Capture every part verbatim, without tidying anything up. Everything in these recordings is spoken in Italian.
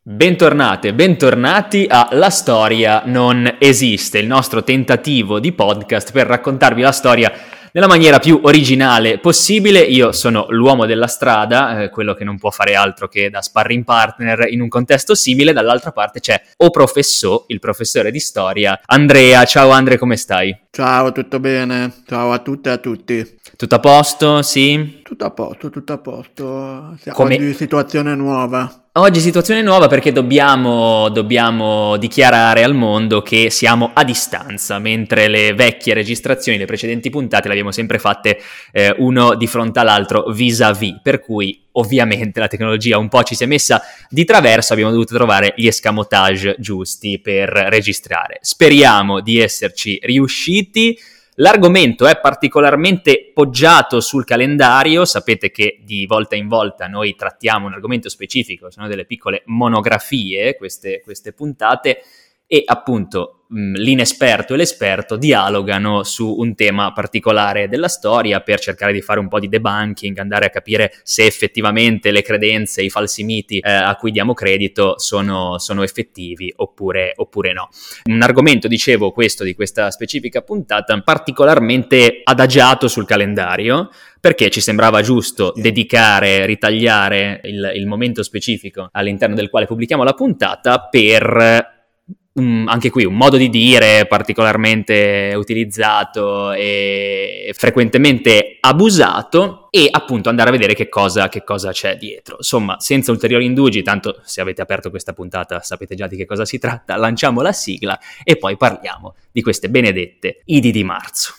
Bentornate, bentornati a La storia non esiste, il nostro tentativo di podcast per raccontarvi la storia nella maniera più originale possibile. Io sono l'uomo della strada, eh, quello che non può fare altro che da sparring partner in un contesto simile. Dall'altra parte c'è O Professor, il professore di storia, Andrea. Ciao Andre, come stai? Ciao, tutto bene? Ciao a tutte e a tutti. Tutto a posto? Sì? Tutto a posto, tutto a posto. Come- Oggi situazione nuova. Oggi situazione nuova perché dobbiamo, dobbiamo dichiarare al mondo che siamo a distanza, mentre le vecchie registrazioni, le precedenti puntate le abbiamo sempre fatte eh, uno di fronte all'altro vis-à-vis, per cui ovviamente la tecnologia un po' ci si è messa di traverso, abbiamo dovuto trovare gli escamotage giusti per registrare. Speriamo di esserci riusciti. L'argomento è particolarmente poggiato sul calendario, sapete che di volta in volta noi trattiamo un argomento specifico, sono delle piccole monografie queste, queste puntate, e appunto mh, l'inesperto e l'esperto dialogano su un tema particolare della storia per cercare di fare un po' di debunking, andare a capire se effettivamente le credenze, i falsi miti eh, a cui diamo credito sono, sono effettivi oppure, oppure no. Un argomento, dicevo, questo di questa specifica puntata, particolarmente adagiato sul calendario, perché ci sembrava giusto Sì. dedicare, ritagliare il, il momento specifico all'interno del quale pubblichiamo la puntata per... Um, anche qui un modo di dire particolarmente utilizzato e frequentemente abusato, e appunto andare a vedere che cosa, che cosa c'è dietro. Insomma, senza ulteriori indugi, tanto se avete aperto questa puntata sapete già di che cosa si tratta, lanciamo la sigla e poi parliamo di queste benedette Idi di marzo.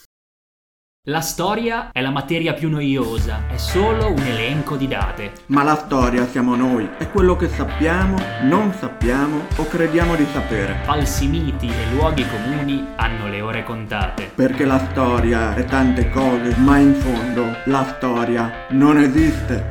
La storia è la materia più noiosa, è solo un elenco di date. Ma la storia siamo noi, è quello che sappiamo, non sappiamo o crediamo di sapere. Falsi miti e luoghi comuni hanno le ore contate. Perché la storia è tante cose, ma in fondo la storia non esiste.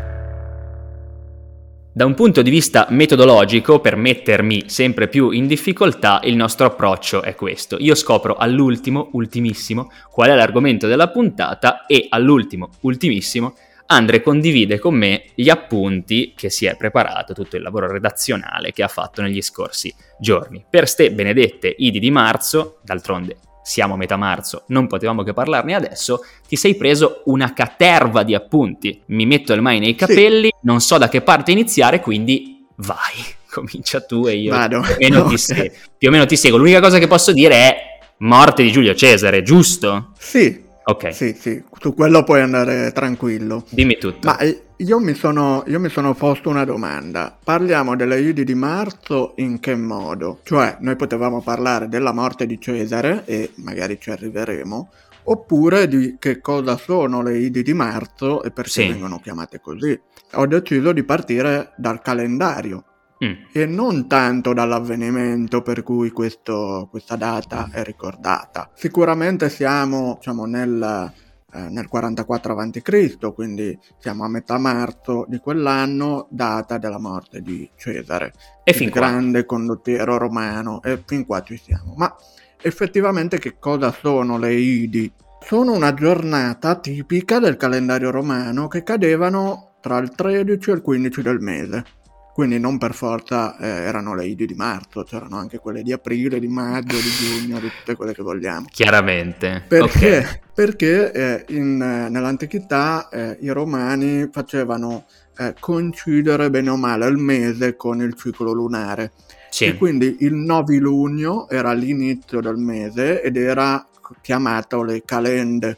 Da un punto di vista metodologico, per mettermi sempre più in difficoltà, il nostro approccio è questo. Io scopro all'ultimo, ultimissimo, qual è l'argomento della puntata, e all'ultimo, ultimissimo, Andre condivide con me gli appunti che si è preparato, tutto il lavoro redazionale che ha fatto negli scorsi giorni. Per ste benedette Idi di marzo, d'altronde siamo a metà marzo, non potevamo che parlarne adesso, ti sei preso una caterva di appunti. Mi metto le mani nei capelli, sì. Non so da che parte iniziare, quindi vai, comincia tu e io Vado. Più, o meno Okay. ti seguo. più o meno ti seguo. L'unica cosa che posso dire è morte di Giulio Cesare, giusto? Sì. Ok. Sì, sì, su quello puoi andare tranquillo. Dimmi tutto. Ma io mi sono, io mi sono posto una domanda. Parliamo delle Idi di marzo in che modo? Cioè, noi potevamo parlare della morte di Cesare, e magari ci arriveremo, oppure di che cosa sono le Idi di marzo e perché Sì. vengono chiamate così. Ho deciso di partire dal calendario. Mm. E non tanto dall'avvenimento per cui questo, questa data è ricordata. Sicuramente siamo, diciamo, nel, eh, nel quarantaquattro avanti Cristo, quindi siamo a metà marzo di quell'anno, data della morte di Cesare, E il fin qua. grande condottiero romano, e fin qua ci siamo. Ma effettivamente che cosa sono le Idi? Sono una giornata tipica del calendario romano che cadevano tra il tredici e il quindici del mese. Quindi non per forza eh, erano le Idi di marzo, c'erano anche quelle di aprile, di maggio, di giugno, di tutte quelle che vogliamo. Chiaramente. Perché? Ok. Perché eh, in, eh, nell'antichità eh, i romani facevano eh, coincidere bene o male il mese con il ciclo lunare. Sì. E quindi il novilunio era l'inizio del mese ed era chiamato le calende.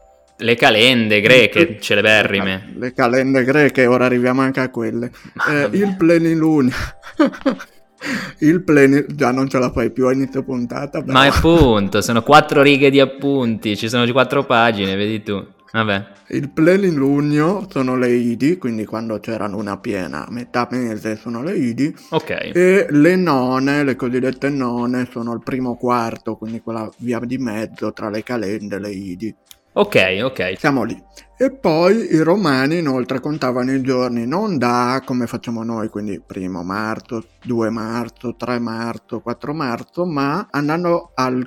Le calende greche, celeberrime. Le calende greche, ora arriviamo anche a quelle. Eh, il plenilunio. il plenilunio. Già non ce la fai più a inizio puntata. Però. Ma appunto, sono quattro righe di appunti, ci sono quattro pagine, vedi tu. Vabbè. Il plenilunio sono le Idi, quindi quando c'era luna piena, metà mese sono le Idi. Ok. E le none, le cosiddette none, sono il primo quarto, quindi quella via di mezzo tra le calende e le Idi. Ok, ok. Siamo lì. E poi i romani inoltre contavano i giorni non da come facciamo noi, quindi primo marzo, due marzo, tre marzo, quattro marzo, ma andando al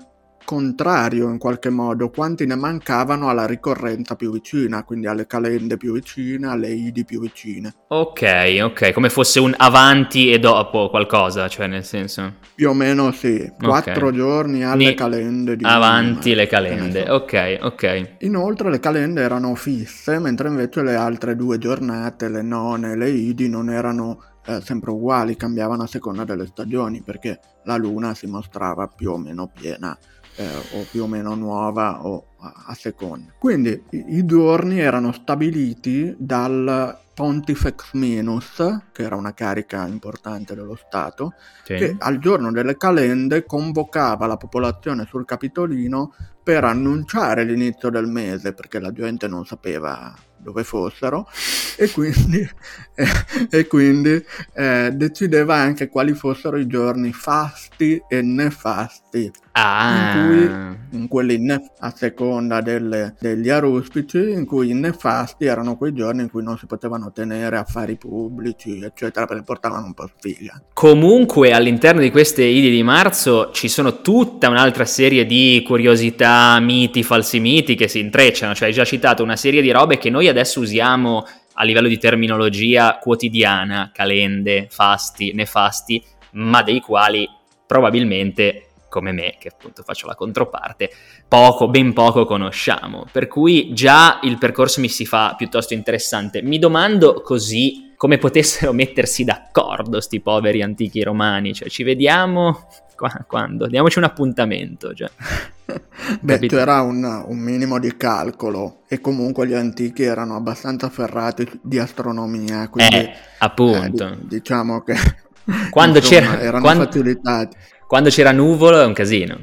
contrario in qualche modo, quanti ne mancavano alla ricorrenza più vicina, quindi alle calende più vicine, alle idi più vicine. Ok, ok, come fosse un avanti e dopo qualcosa, cioè nel senso... Più o meno sì, quattro okay. giorni alle Ni- calende di avanti Nima, le calende, so. ok, ok. Inoltre le calende erano fisse, mentre invece le altre due giornate, le none e le idi, non erano eh, sempre uguali, cambiavano a seconda delle stagioni, perché la luna si mostrava più o meno piena eh, o più o meno nuova o a, a seconda. Quindi i, i giorni erano stabiliti dal Pontifex Minus, che era una carica importante dello Stato, Sì. che al giorno delle calende convocava la popolazione sul Capitolino per annunciare l'inizio del mese, perché la gente non sapeva dove fossero, e quindi, eh, e quindi eh, decideva anche quali fossero i giorni fasti e nefasti. Ah. In cui, in quelli nef- a seconda delle, degli aruspici, in cui i nefasti erano quei giorni in cui non si potevano tenere affari pubblici, eccetera, perché portavano un po' sfiga. Comunque all'interno di queste idi di marzo ci sono tutta un'altra serie di curiosità, miti, falsi miti che si intrecciano, cioè hai già citato una serie di robe che noi adesso usiamo a livello di terminologia quotidiana, calende, fasti, nefasti, ma dei quali probabilmente, come me, che appunto faccio la controparte, poco, ben poco conosciamo, per cui già il percorso mi si fa piuttosto interessante. Mi domando così come potessero mettersi d'accordo sti poveri antichi romani, cioè ci vediamo Qua, quando? Diamoci un appuntamento, cioè. Beh, Capito? c'era un, un minimo di calcolo e comunque gli antichi erano abbastanza ferrati di astronomia, quindi Eh, appunto. eh, di- diciamo che Quando insomma, c'era erano quando, facilitati. quando c'era nuvolo è un casino,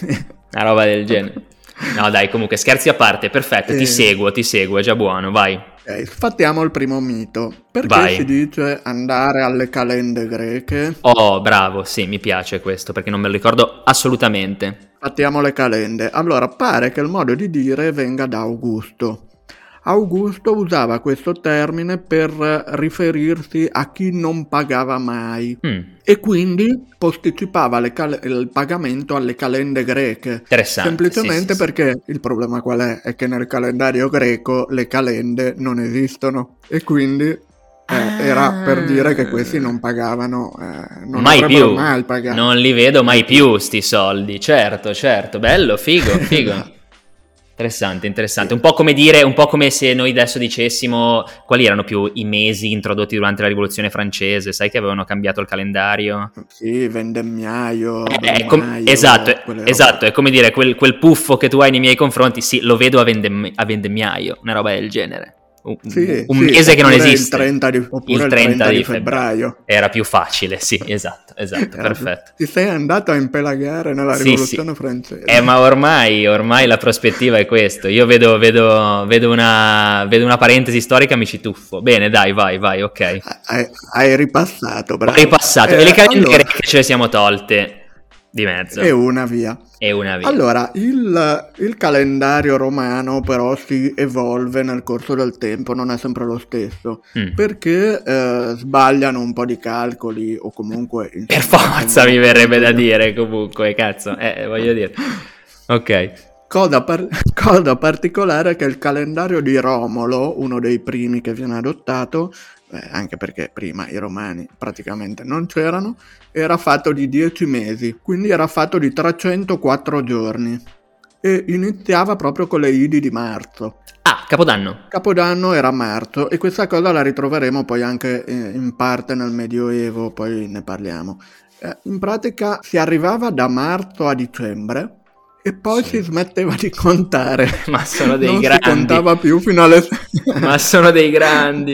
una roba del genere. No dai, comunque scherzi a parte, perfetto, ti Eh. seguo, ti seguo, è già buono, vai. Ok, sfattiamo il primo mito. Perché Vai. si dice andare alle calende greche? Oh, bravo, sì, mi piace questo, perché non me lo ricordo assolutamente. Sfattiamo le calende. Allora, pare che il modo di dire venga da Augusto. Augusto usava questo termine per riferirsi a chi non pagava mai Mm, e quindi posticipava le cal- il pagamento alle calende greche. interessante. Semplicemente sì, sì, sì. perché il problema qual è? È che nel calendario greco le calende non esistono e quindi eh, Ah. era per dire che questi non pagavano, eh, non mai avrebbero più, mai pagato. non li vedo mai più sti soldi, certo, certo, bello, figo, figo. Interessante, interessante. Un po' come dire, un po' come se noi adesso dicessimo quali erano più i mesi introdotti durante la rivoluzione francese, sai che avevano cambiato il calendario? Sì, vendemmiaio, Eh, è com- brumaio, esatto, quelle robe. esatto, è come dire quel, quel puffo che tu hai nei miei confronti, sì, lo vedo a, vendem- a vendemmiaio, una roba del genere. Un, Sì, un sì, mese che non oppure esiste. il trenta di, oppure il trenta di febbraio. Era più facile, sì, esatto, esatto, Era- perfetto. Ti sei andato a impelagare nella Sì, rivoluzione sì. francese. Eh, ma ormai, ormai la prospettiva è questo. Io vedo, vedo, vedo, una, vedo una parentesi storica, mi ci tuffo. Bene, dai, vai, vai, ok. Hai, hai ripassato, Ho bravo. ripassato. Eh, e le calende allora, greche ce le siamo tolte di mezzo. e una via. E una via. Allora, il, il calendario romano però si evolve nel corso del tempo, non è sempre lo stesso, Mm. perché eh, sbagliano un po' di calcoli o comunque... Per insomma, forza tengono mi verrebbe conto da di- dire, comunque, cazzo. Eh, voglio dire. Ok. Cosa, par- cosa particolare è che il calendario di Romolo, uno dei primi che viene adottato, eh, anche perché prima i romani praticamente non c'erano, era fatto di dieci mesi, quindi era fatto di trecentoquattro giorni e iniziava proprio con le idi di marzo. Ah, Capodanno. Capodanno era marzo e questa cosa la ritroveremo poi anche eh, in parte nel Medioevo, poi ne parliamo. Eh, in pratica si arrivava da marzo a dicembre e poi Sì. si smetteva di contare. Ma sono dei non grandi. si contava più fino alle... Ma sono dei grandi.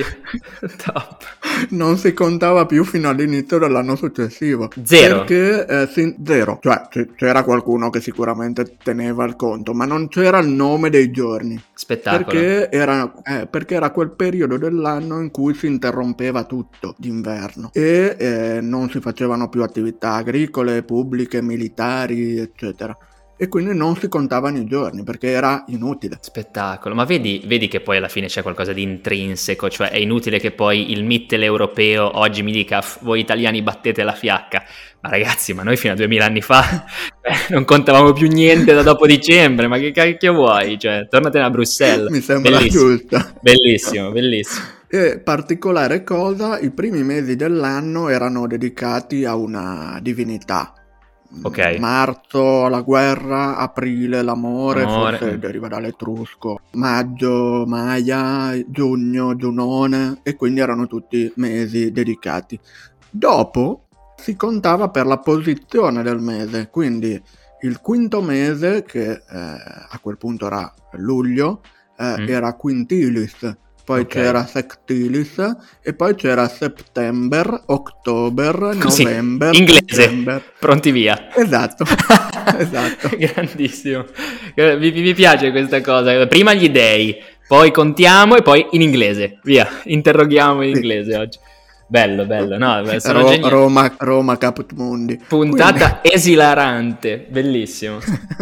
Top. non si contava più fino all'inizio dell'anno successivo. Zero. Perché eh, sì, zero. Cioè c- c'era qualcuno che sicuramente teneva il conto, ma non c'era il nome dei giorni. Spettacolo. Perché era, eh, perché era quel periodo dell'anno in cui si interrompeva tutto d'inverno e eh, non si facevano più attività agricole, pubbliche, militari, eccetera. e quindi non si contavano i giorni perché era inutile. Spettacolo, ma vedi, vedi che poi alla fine c'è qualcosa di intrinseco, cioè è inutile che poi il mittel europeo oggi mi dica voi italiani battete la fiacca, ma ragazzi, ma noi fino a duemila anni fa eh, non contavamo più niente da dopo dicembre, ma che cacchio vuoi? Cioè, tornatene a Bruxelles. Mi sembra bellissimo, giusto. Bellissimo, bellissimo. E particolare cosa, i primi mesi dell'anno erano dedicati a una divinità. Ok. Marzo la guerra, aprile l'amore, Amore. forse deriva dall'etrusco, maggio Maia, giugno Giunone, e quindi erano tutti mesi dedicati. Dopo si contava per la posizione del mese, quindi il quinto mese, che eh, a quel punto era luglio, eh, mm. era quintilis. Poi okay. c'era Sextilis e poi c'era September, October, Così, November, inglese, December. Pronti via. Esatto, esatto. Grandissimo. Mi, mi piace questa cosa. Prima gli dei, poi contiamo e poi in inglese. Via, interroghiamo in sì. inglese oggi. Bello, bello. No, sono Ro- Roma, Roma Caput Mundi. Puntata Quindi... esilarante, bellissimo.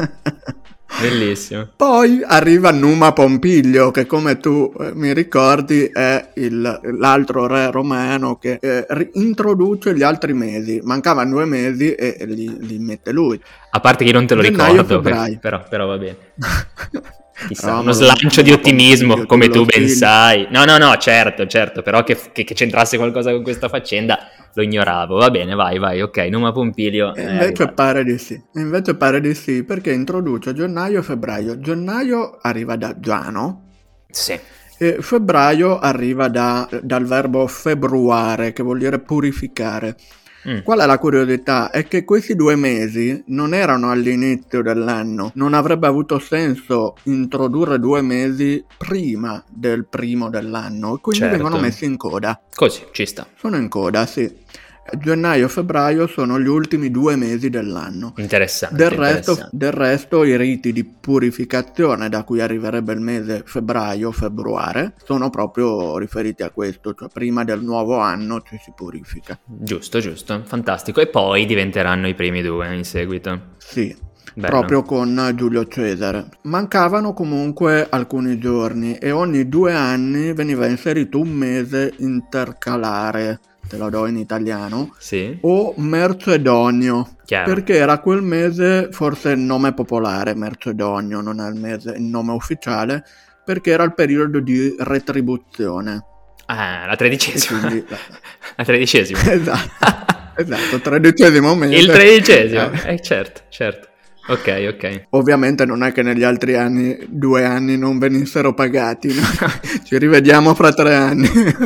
Bellissimo. Poi arriva Numa Pompilio, che come tu eh, mi ricordi è il, l'altro re romano che eh, introduce gli altri mesi. Mancavano due mesi e, e li, li mette lui. A parte che non te lo Gennaio, ricordo, per, però, però va bene. Chissà, uno slancio di ottimismo, come tu ben sai. No, no, no, certo, certo, però che, che, che c'entrasse qualcosa con questa faccenda lo ignoravo. Va bene, vai, vai, ok, Numa Pompilio. E invece pare di sì, invece pare di sì, perché introduce gennaio e febbraio. Gennaio arriva da Giano. Sì. E febbraio arriva da, dal verbo februare, che vuol dire purificare. Mm. Qual è la curiosità? È che questi due mesi non erano all'inizio dell'anno. Non avrebbe avuto senso introdurre due mesi prima del primo dell'anno, quindi certo. vengono messi in coda. Così, ci sta. Sono in coda, sì. Gennaio e febbraio sono gli ultimi due mesi dell'anno. Interessante. Del resto, interessante. del resto i riti di purificazione da cui arriverebbe il mese febbraio, februare, sono proprio riferiti a questo, cioè prima del nuovo anno ci si purifica. Giusto, giusto, fantastico. E poi diventeranno i primi due in seguito. Sì. Bello. Proprio con Giulio Cesare. Mancavano comunque alcuni giorni e ogni due anni veniva inserito un mese intercalare, te lo do in italiano, sì. o Mercedonio, Chiaro. Perché era quel mese, forse il nome popolare, Mercedonio, non è il mese, il nome ufficiale, perché era il periodo di retribuzione. Ah, la tredicesima. Quindi... la tredicesima. Esatto. Esatto, tredicesimo mese. Il tredicesimo, eh, certo, certo. Ok, ok. Ovviamente non è che negli altri anni, due anni, non venissero pagati, no? Ci rivediamo fra tre anni.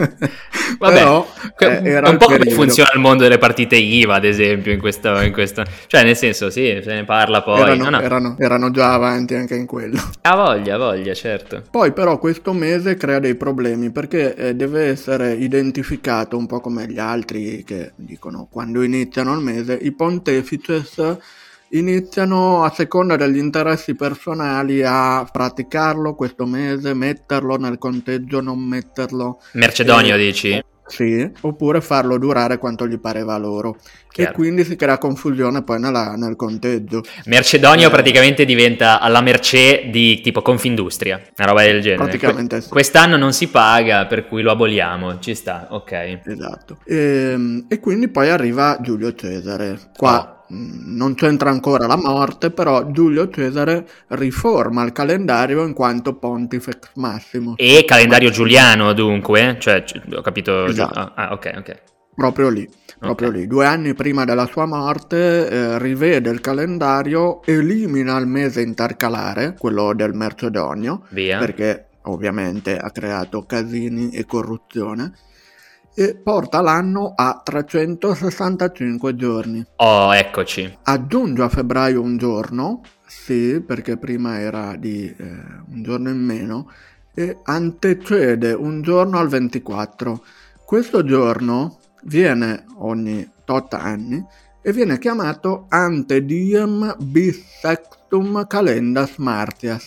Vabbè, però eh, era un po' periodo. Come funziona il mondo delle partite I V A, ad esempio, in questo, in questo... Cioè, nel senso, sì, se ne parla poi. Erano, no, no. erano, erano già avanti anche in quello. Ha voglia, voglia, certo. Poi però questo mese crea dei problemi, perché eh, deve essere identificato un po' come gli altri che dicono quando iniziano il mese. I pontefices iniziano a seconda degli interessi personali a praticarlo questo mese, metterlo nel conteggio, non metterlo. Mercedonio eh, dici? Sì, oppure farlo durare quanto gli pareva loro. Chiaro. E quindi si crea confusione poi nella, nel conteggio. Mercedonio eh, praticamente diventa alla mercé di tipo Confindustria, una roba del genere. Praticamente sì. Quest'anno non si paga, per cui lo aboliamo, ci sta, ok. Esatto. E, e quindi poi arriva Giulio Cesare. Qua oh. non c'entra ancora la morte, però Giulio Cesare riforma il calendario in quanto Pontifex Maximus. E calendario giuliano dunque? Cioè, ho capito... Esatto. Ah, ok, ok. Proprio lì, proprio okay. lì. Due anni prima della sua morte eh, rivede il calendario, elimina il mese intercalare, quello del Mercedonio, Via. perché ovviamente ha creato casini e corruzione, e porta l'anno a trecentosessantacinque giorni. Oh, eccoci. Aggiunge a febbraio un giorno, sì, perché prima era di eh, un giorno in meno, e antecede un giorno al ventiquattro. Questo giorno viene ogni tot anni e viene chiamato ante diem bis sextum calendas martias.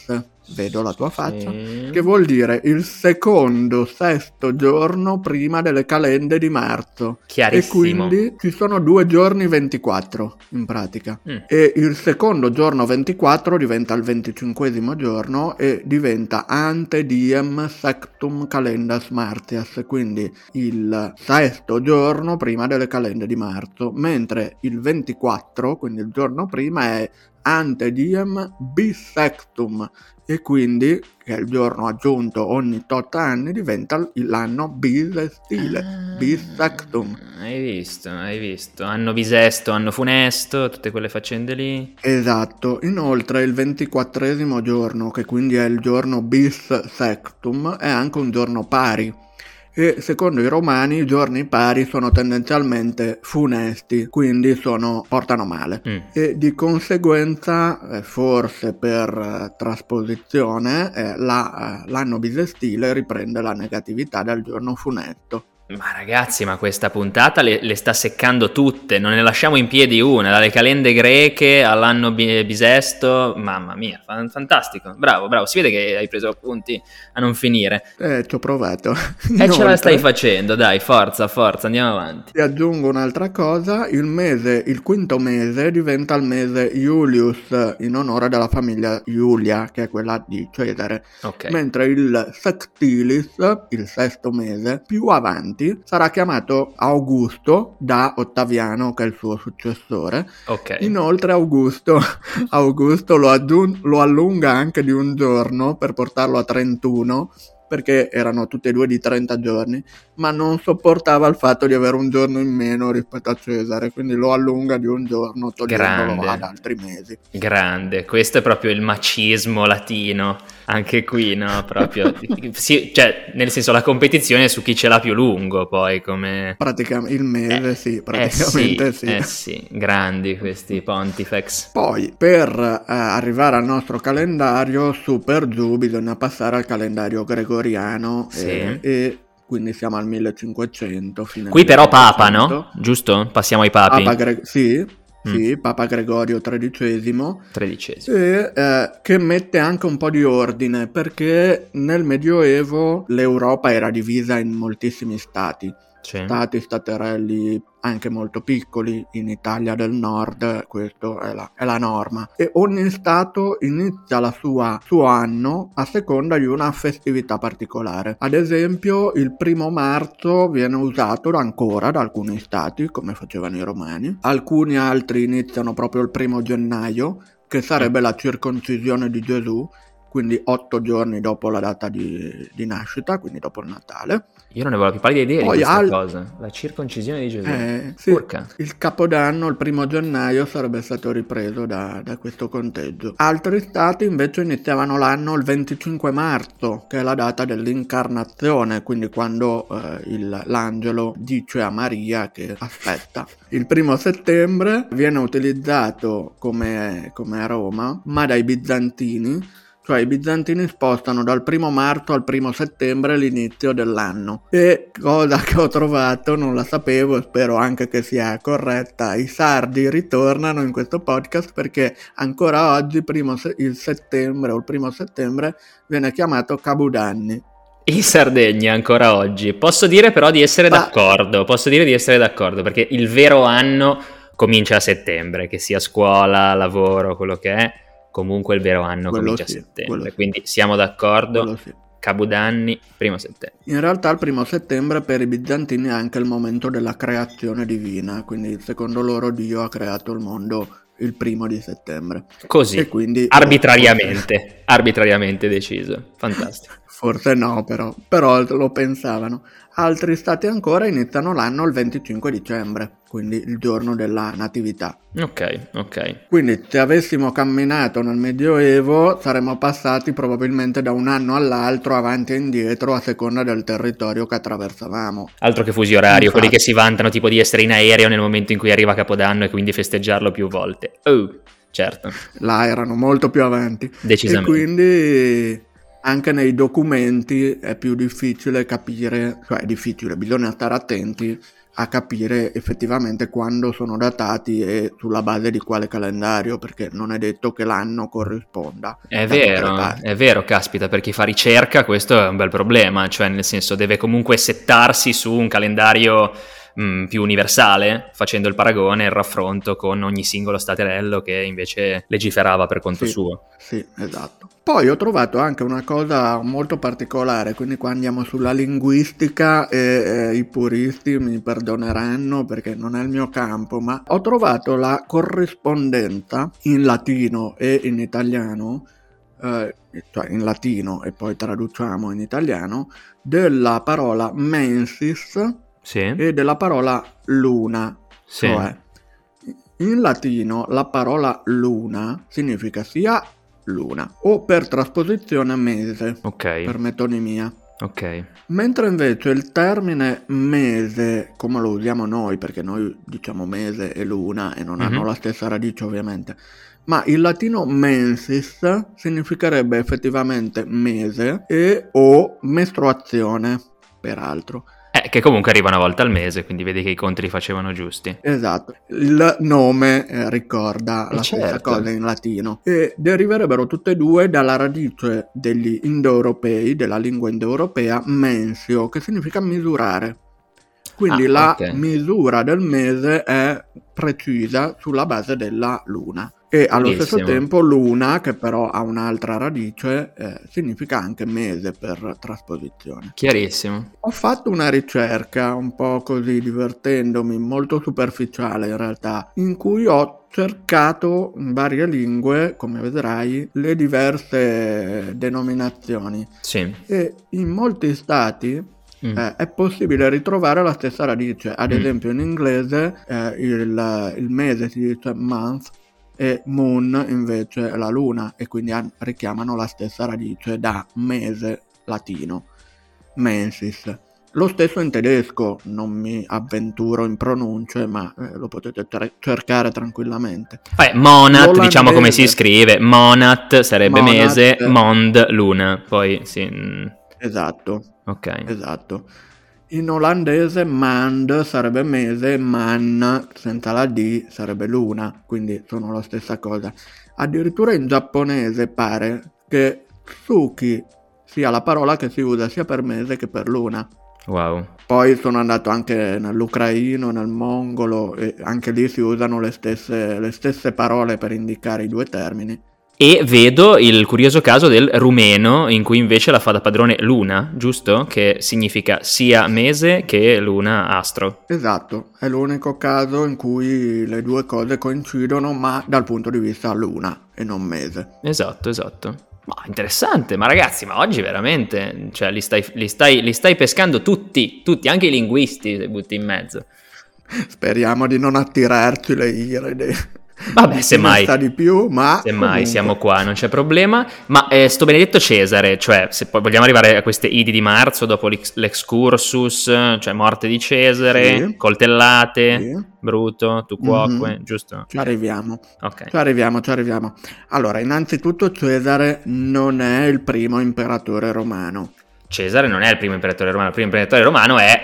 vedo la tua faccia, sì. che vuol dire il secondo sesto giorno prima delle calende di marzo. Chiarissimo. E quindi ci sono due giorni ventiquattro in pratica. Mm. E il secondo giorno ventiquattro diventa il venticinquesimo giorno e diventa ante diem sextum calendas martias, quindi il sesto giorno prima delle calende di marzo, mentre il ventiquattro, quindi il giorno prima, è ante diem bissextum, e quindi, che è il giorno aggiunto ogni tot anni, diventa l'anno bisestile, Ah, bissextum. hai visto, hai visto. Anno bisesto, anno funesto, tutte quelle faccende lì. Esatto. Inoltre il ventiquattresimo giorno, che quindi è il giorno bissextum, è anche un giorno pari. E secondo i romani i giorni pari sono tendenzialmente funesti, quindi sono, portano male. Mm. E di conseguenza, eh, forse per eh, trasposizione, eh, la, eh, l'anno bisestile riprende la negatività del giorno funesto. Ma ragazzi, ma questa puntata le, le sta seccando tutte, non ne lasciamo in piedi una, dalle calende greche all'anno bi- bisesto, mamma mia, fan- fantastico, bravo, bravo, si vede che hai preso appunti a non finire. Eh, ci ho provato. E ce la Inoltre, stai facendo, dai, forza, forza, andiamo avanti. ti aggiungo un'altra cosa, il mese, il quinto mese diventa il mese Iulius, in onore della famiglia Iulia, che è quella di Cesare. Ok, Mentre il Sextilis, il sesto mese, più avanti, sarà chiamato Augusto da Ottaviano, che è il suo successore. ok. Inoltre Augusto, Augusto lo, aggiun- lo allunga anche di un giorno per portarlo a trentuno, perché erano tutti e due di trenta giorni, ma non sopportava il fatto di avere un giorno in meno rispetto a Cesare, quindi lo allunga di un giorno, togliendolo Grande. ad altri mesi. Grande, questo è proprio il macismo latino, anche qui, no? Proprio, sì, cioè, nel senso, la competizione è su chi ce l'ha più lungo, poi, come... Praticamente il mese, Eh, sì, praticamente eh sì. sì, eh sì, grandi questi pontifex. Poi, per eh, arrivare al nostro calendario, su per giù, bisogna passare al calendario gregoriano, Sì. eh, e quindi siamo al millecinquecento. Fine Qui però Papa, millecinquecento. no? Giusto? Passiamo ai papi. Papa Gre- sì, Mm. sì, Papa Gregorio tredicesimo. Tredicesimo. E, eh, che mette anche un po' di ordine, perché nel Medioevo l'Europa era divisa in moltissimi stati. Sì. Stati, staterelli anche molto piccoli. In Italia del Nord questo è la, è la norma, e ogni stato inizia la sua suo anno a seconda di una festività particolare. Ad esempio il primo marzo viene usato ancora da alcuni stati, come facevano i romani. Alcuni altri iniziano proprio il primo gennaio, che sarebbe la circoncisione di Gesù, quindi otto giorni dopo la data di, di nascita, quindi dopo il Natale. Io non avevo la più pallida idea Poi di questa al- cosa. La circoncisione di Gesù. Eh, sì, Urca. il Capodanno, il primo gennaio, sarebbe stato ripreso da, da questo conteggio. Altri stati invece iniziavano l'anno il venticinque marzo, che è la data dell'incarnazione, quindi quando eh, il- l'angelo dice a Maria che aspetta. Il primo settembre viene utilizzato come, come a Roma, ma dai bizantini. Cioè i bizantini spostano dal primo marzo al primo settembre l'inizio dell'anno. E cosa che ho trovato, non la sapevo e spero anche che sia corretta, i sardi ritornano in questo podcast perché ancora oggi primo se- il settembre o il primo settembre viene chiamato Capodanni. In Sardegna ancora oggi. Posso dire però di essere Ma- d'accordo. Posso dire di essere d'accordo perché il vero anno comincia a settembre, che sia scuola, lavoro, quello che è. Comunque il vero anno Quello comincia sì, a settembre, quello sì. quindi siamo d'accordo. Quello sì. Capodanni, primo settembre. In realtà il primo settembre per i bizantini è anche il momento della creazione divina, quindi secondo loro Dio ha creato il mondo il primo di settembre. Così, E quindi arbitrariamente, arbitrariamente deciso. Fantastico. Forse no, però, però lo pensavano. Altri stati ancora iniziano l'anno il venticinque dicembre, quindi il giorno della natività. Ok, ok. Quindi se avessimo camminato nel Medioevo saremmo passati probabilmente da un anno all'altro, avanti e indietro, a seconda del territorio che attraversavamo. Altro che fusi orario, Infatti. quelli che si vantano tipo di essere in aereo nel momento in cui arriva Capodanno e quindi festeggiarlo più volte. Oh, certo, Là erano molto più avanti. decisamente. E quindi anche nei documenti è più difficile capire, cioè è difficile, bisogna stare attenti a capire effettivamente quando sono datati e sulla base di quale calendario, perché non è detto che l'anno corrisponda. È vero, è vero, caspita, per chi fa ricerca questo è un bel problema, cioè nel senso deve comunque settarsi su un calendario mh, più universale, facendo il paragone e il raffronto con ogni singolo staterello che invece legiferava per conto sì, suo. Sì, esatto. Poi ho trovato anche una cosa molto particolare, quindi qua andiamo sulla linguistica e eh, i puristi mi perdoneranno perché non è il mio campo, ma ho trovato la corrispondenza in latino e in italiano, eh, cioè in latino e poi traduciamo in italiano, della parola mensis Sì, e della parola luna, sì. cioè in latino la parola luna significa sia luna o per trasposizione mese, Ok, per metonimia. ok. Mentre invece il termine mese, come lo usiamo noi, perché noi diciamo mese e luna e non Mhm. hanno la stessa radice ovviamente, ma il latino mensis significherebbe effettivamente mese e o mestruazione, peraltro. Eh, che comunque arriva una volta al mese, quindi vedi che i conti li facevano giusti. Esatto, il nome eh, ricorda Eh, la stessa certo. cosa in latino e deriverebbero tutte e due dalla radice degli indoeuropei, della lingua indoeuropea, mensio, che significa misurare. Quindi Ah, la ok. misura del mese è precisa sulla base della luna. E allo stesso Bellissimo. tempo luna, che però ha un'altra radice, eh, significa anche mese per trasposizione. Chiarissimo. Ho fatto una ricerca un po' così divertendomi, molto superficiale in realtà, in cui ho cercato in varie lingue, come vedrai, le diverse denominazioni Sì. e in molti stati Mm. eh, è possibile ritrovare la stessa radice. Ad Mm. esempio in inglese eh, il, il mese si dice month e moon invece è la luna e quindi han- richiamano la stessa radice da mese latino. Mensis. Lo stesso in tedesco, non mi avventuro in pronunce, ma eh, lo potete cer- cercare tranquillamente. Vabbè, monat, L'olandese- diciamo come si scrive, monat sarebbe Monat, mese, eh. mond luna, poi sì, mm, Esatto, ok. esatto. In olandese mand sarebbe mese, man senza la D sarebbe luna, quindi sono la stessa cosa. Addirittura in giapponese pare che tsuki sia la parola che si usa sia per mese che per luna. Wow. Poi sono andato anche nell'ucraino, nel mongolo e anche lì si usano le stesse, le stesse parole per indicare i due termini. E vedo il curioso caso del rumeno, in cui invece la fa da padrone luna, giusto? Che significa sia mese che luna astro. Esatto, è l'unico caso in cui le due cose coincidono, ma dal punto di vista luna e non mese. Esatto, esatto. Ma interessante, ma ragazzi, ma oggi veramente, cioè, li stai, li stai, li stai pescando tutti, tutti, anche i linguisti se butti in mezzo. Speriamo di non attirarci le ire dei... Vabbè, di chi semmai, ne sa di più, ma semmai comunque. siamo qua, non c'è problema. Ma eh, sto benedetto Cesare, cioè, se poi vogliamo arrivare a queste Idi di marzo, dopo l'ex- l'excursus, cioè morte di Cesare, Sì. coltellate, Sì. Bruto, tu cuoque, Mhm. giusto? Ci arriviamo, Ok. ci arriviamo, ci arriviamo. Allora, innanzitutto Cesare non è il primo imperatore romano. Cesare non è il primo imperatore romano, il primo imperatore romano è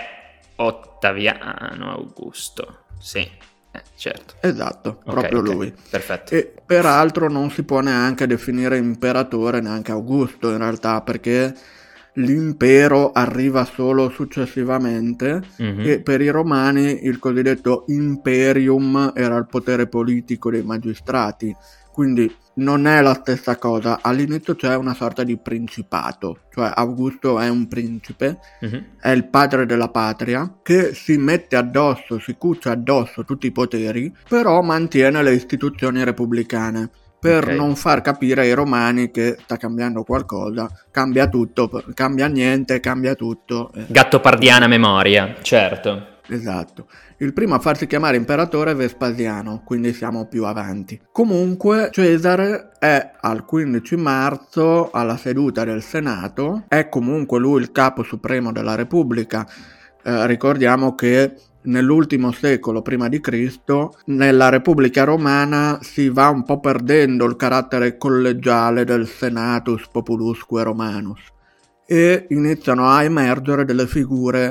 Ottaviano Augusto. Sì, eh, certo. Esatto, Ok, proprio ok, lui. perfetto. E peraltro non si può neanche definire imperatore neanche Augusto in realtà, perché l'impero arriva solo successivamente Mhm. e per i romani il cosiddetto imperium era il potere politico dei magistrati, quindi non è la stessa cosa. All'inizio c'è una sorta di principato, cioè Augusto è un principe, Mhm. è il padre della patria, che si mette addosso, si cuce addosso tutti i poteri, però mantiene le istituzioni repubblicane, per Ok. non far capire ai romani che sta cambiando qualcosa, cambia tutto, cambia niente, cambia tutto. eh. Gattopardiana memoria, certo. Esatto. Il primo a farsi chiamare imperatore è Vespasiano, quindi siamo più avanti. Comunque Cesare è al quindici marzo alla seduta del Senato, è comunque lui il capo supremo della Repubblica. Eh, ricordiamo che nell'ultimo secolo prima di Cristo nella Repubblica Romana si va un po' perdendo il carattere collegiale del Senatus Populusque Romanus e iniziano a emergere delle figure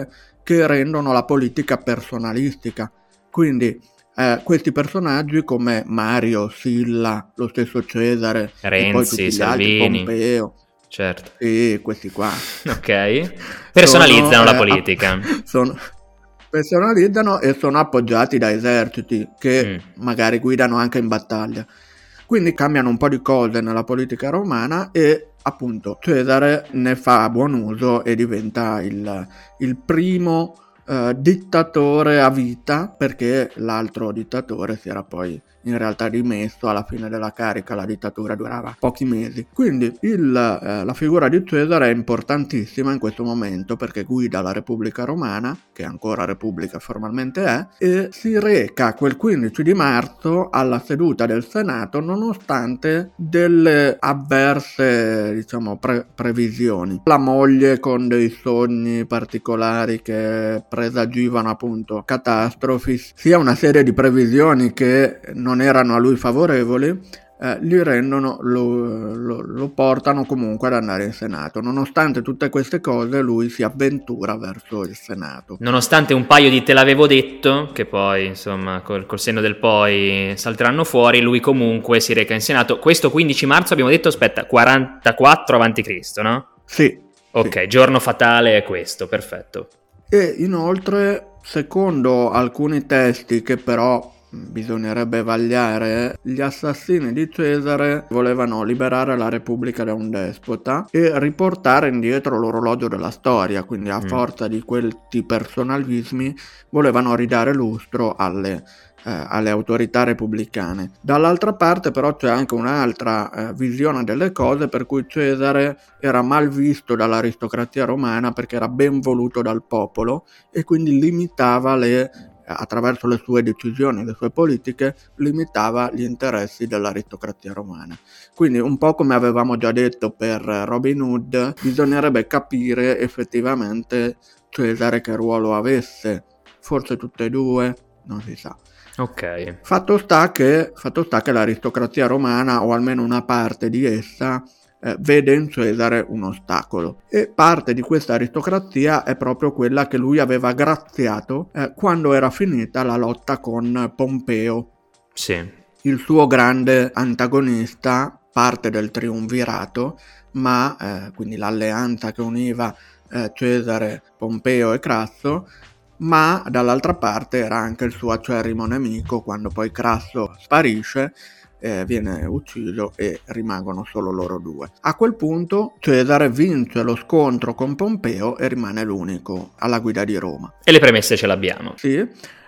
che rendono la politica personalistica. Quindi eh, questi personaggi come Mario, Silla, lo stesso Cesare, Renzi, e poi tutti gli Salvini, altri, Pompeo, certo. e questi qua. Ok, personalizzano sono, la eh, politica. App- sono, personalizzano e sono appoggiati da eserciti che mm. magari guidano anche in battaglia. Quindi cambiano un po' di cose nella politica romana e appunto Cesare ne fa buon uso e diventa il, il primo eh, dittatore a vita, perché l'altro dittatore si era poi in realtà dimesso alla fine della carica, la dittatura durava pochi mesi. Quindi il, eh, la figura di Cesare è importantissima in questo momento perché guida la Repubblica Romana, che ancora Repubblica formalmente è, e si reca quel quindici di marzo alla seduta del Senato nonostante delle avverse, diciamo, pre- previsioni. La moglie con dei sogni particolari che presagivano appunto catastrofi, sia una serie di previsioni che non non erano a lui favorevoli, eh, gli rendono, lo, lo, lo portano comunque ad andare in Senato. Nonostante tutte queste cose, lui si avventura verso il Senato. Nonostante un paio di te l'avevo detto, che poi, insomma, col, col senno del poi salteranno fuori, lui comunque si reca in Senato. Questo quindici marzo abbiamo detto, aspetta, quarantaquattro avanti Cristo, no? Sì. Ok, sì. Giorno fatale è questo, perfetto. E inoltre, secondo alcuni testi che però bisognerebbe vagliare, gli assassini di Cesare volevano liberare la Repubblica da un despota e riportare indietro l'orologio della storia, quindi a mm. forza di questi personalismi volevano ridare lustro alle, eh, alle autorità repubblicane. Dall'altra parte però c'è anche un'altra eh, visione delle cose, per cui Cesare era mal visto dall'aristocrazia romana perché era ben voluto dal popolo e quindi limitava le attraverso le sue decisioni, le sue politiche, limitava gli interessi dell'aristocrazia romana. Quindi un po' come avevamo già detto per Robin Hood, bisognerebbe capire effettivamente Cesare che ruolo avesse, forse tutte e due, non si sa. Ok. Fatto sta che, fatto sta che l'aristocrazia romana, o almeno una parte di essa, Eh, vede in Cesare un ostacolo, e parte di questa aristocrazia è proprio quella che lui aveva graziato eh, quando era finita la lotta con Pompeo, sì. il suo grande antagonista, parte del triumvirato, ma eh, quindi l'alleanza che univa eh, Cesare, Pompeo e Crasso, ma dall'altra parte era anche il suo acerrimo nemico quando poi Crasso sparisce. Eh, viene ucciso e rimangono solo loro due. A quel punto Cesare vince lo scontro con Pompeo e rimane l'unico alla guida di Roma. E le premesse ce l'abbiamo. Sì.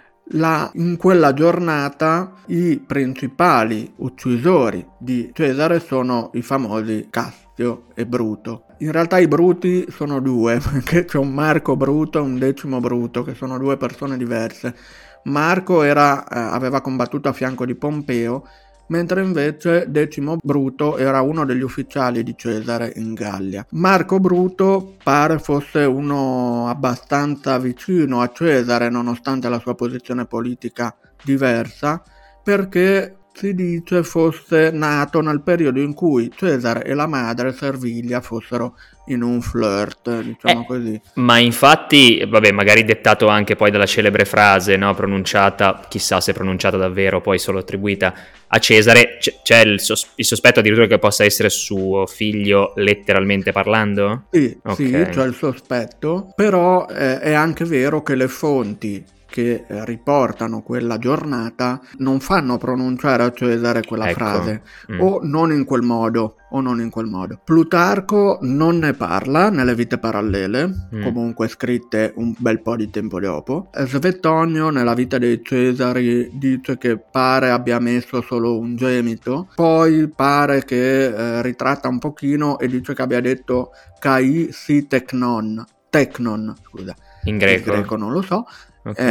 La, in quella giornata i principali uccisori di Cesare sono i famosi Cassio e Bruto. In realtà i Bruti sono due, perché c'è un Marco Bruto e un Decimo Bruto, che sono due persone diverse. Marco era, eh, aveva combattuto a fianco di Pompeo, mentre invece Decimo Bruto era uno degli ufficiali di Cesare in Gallia. Marco Bruto pare fosse uno abbastanza vicino a Cesare, nonostante la sua posizione politica diversa, perché si dice fosse nato nel periodo in cui Cesare e la madre Servilia fossero in un flirt, diciamo eh, così. Ma infatti, vabbè, magari dettato anche poi dalla celebre frase, no, pronunciata, chissà se pronunciata davvero, poi solo attribuita a Cesare, c- c'è il, sos- il sospetto addirittura che possa essere suo figlio letteralmente parlando? Sì, okay. Sì, c'è il sospetto, però eh, è anche vero che le fonti che eh, riportano quella giornata non fanno pronunciare a Cesare quella ecco. frase, mm. o non in quel modo, o non in quel modo. Plutarco non ne parla nelle Vite Parallele, mm. comunque scritte un bel po' di tempo dopo. Svetonio nella Vita dei Cesari dice che pare abbia messo solo un gemito, poi pare che eh, ritratta un pochino e dice che abbia detto kai si teknon, teknon, scusa. In greco. In greco non lo so. Okay.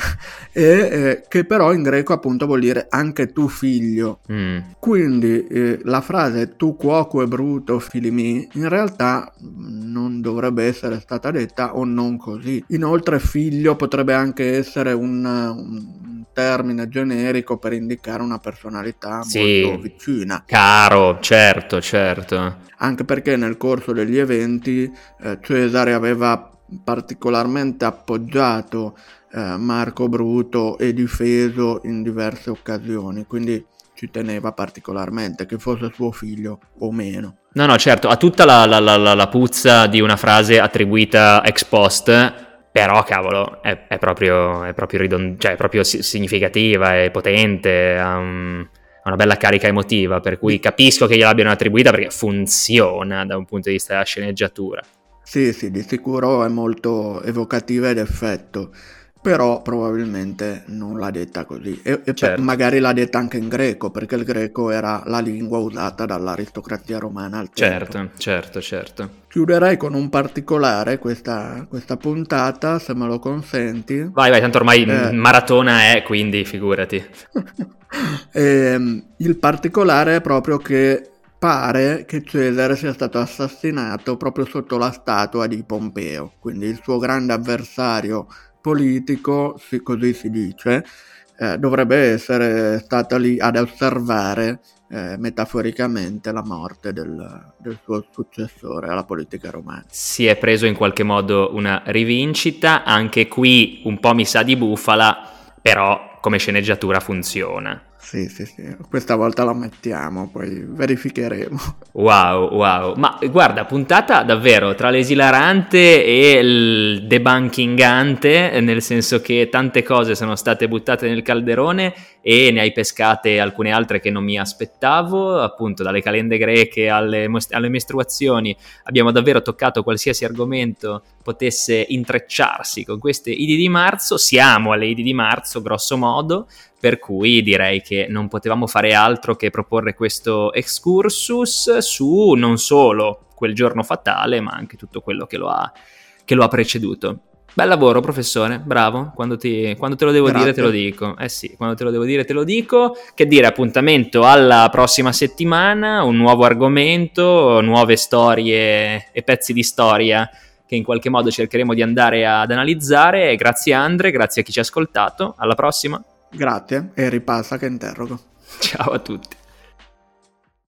Eh, e eh, che però in greco appunto vuol dire anche tu figlio. mm. Quindi eh, la frase tu quoque bruto fili mi in realtà non dovrebbe essere stata detta, o non così. Inoltre figlio potrebbe anche essere un, un termine generico per indicare una personalità sì, molto vicina, caro, certo certo, anche perché nel corso degli eventi eh, Cesare aveva particolarmente appoggiato eh, Marco Bruto e difeso in diverse occasioni, quindi ci teneva particolarmente che fosse suo figlio o meno. No, no, certo, ha tutta la, la, la, la puzza di una frase attribuita ex post, però cavolo, è, è proprio, è proprio, ridond- cioè, è proprio significativa, è potente, ha un, una bella carica emotiva, per cui capisco che gliel'abbiano attribuita perché funziona da un punto di vista della sceneggiatura. Sì, sì, di sicuro è molto evocativa ed effetto, però probabilmente non l'ha detta così. E, e Certo. magari l'ha detta anche in greco, perché il greco era la lingua usata dall'aristocrazia romana al tempo. Certo, certo, certo. Chiuderei con un particolare questa, questa puntata, se me lo consenti. Vai, vai, tanto ormai eh. maratona è, quindi figurati. e, il particolare è proprio che pare che Cesare sia stato assassinato proprio sotto la statua di Pompeo, quindi il suo grande avversario politico, sì, così si dice, eh, dovrebbe essere stato lì ad osservare eh, metaforicamente la morte del, del suo successore alla politica romana. Si è preso in qualche modo una rivincita, anche qui un po' mi sa di bufala, però come sceneggiatura funziona. Sì, sì, sì, questa volta la mettiamo, poi verificheremo. Wow, wow, ma guarda, puntata davvero tra l'esilarante e il debunkingante, nel senso che tante cose sono state buttate nel calderone e ne hai pescate alcune altre che non mi aspettavo, appunto dalle calende greche alle, alle mestruazioni, abbiamo davvero toccato qualsiasi argomento potesse intrecciarsi con queste Idi di marzo, siamo alle Idi di marzo grosso modo, per cui direi che non potevamo fare altro che proporre questo excursus su non solo quel giorno fatale, ma anche tutto quello che lo ha, che lo ha preceduto. Bel lavoro, professore, bravo. Quando, ti, quando te lo devo Grazie. dire te lo dico. Eh sì, quando te lo devo dire te lo dico. Che dire, appuntamento alla prossima settimana, un nuovo argomento, nuove storie e pezzi di storia che in qualche modo cercheremo di andare ad analizzare. Grazie Andre, grazie a chi ci ha ascoltato. Alla prossima. Grazie, e ripassa che interrogo. Ciao a tutti.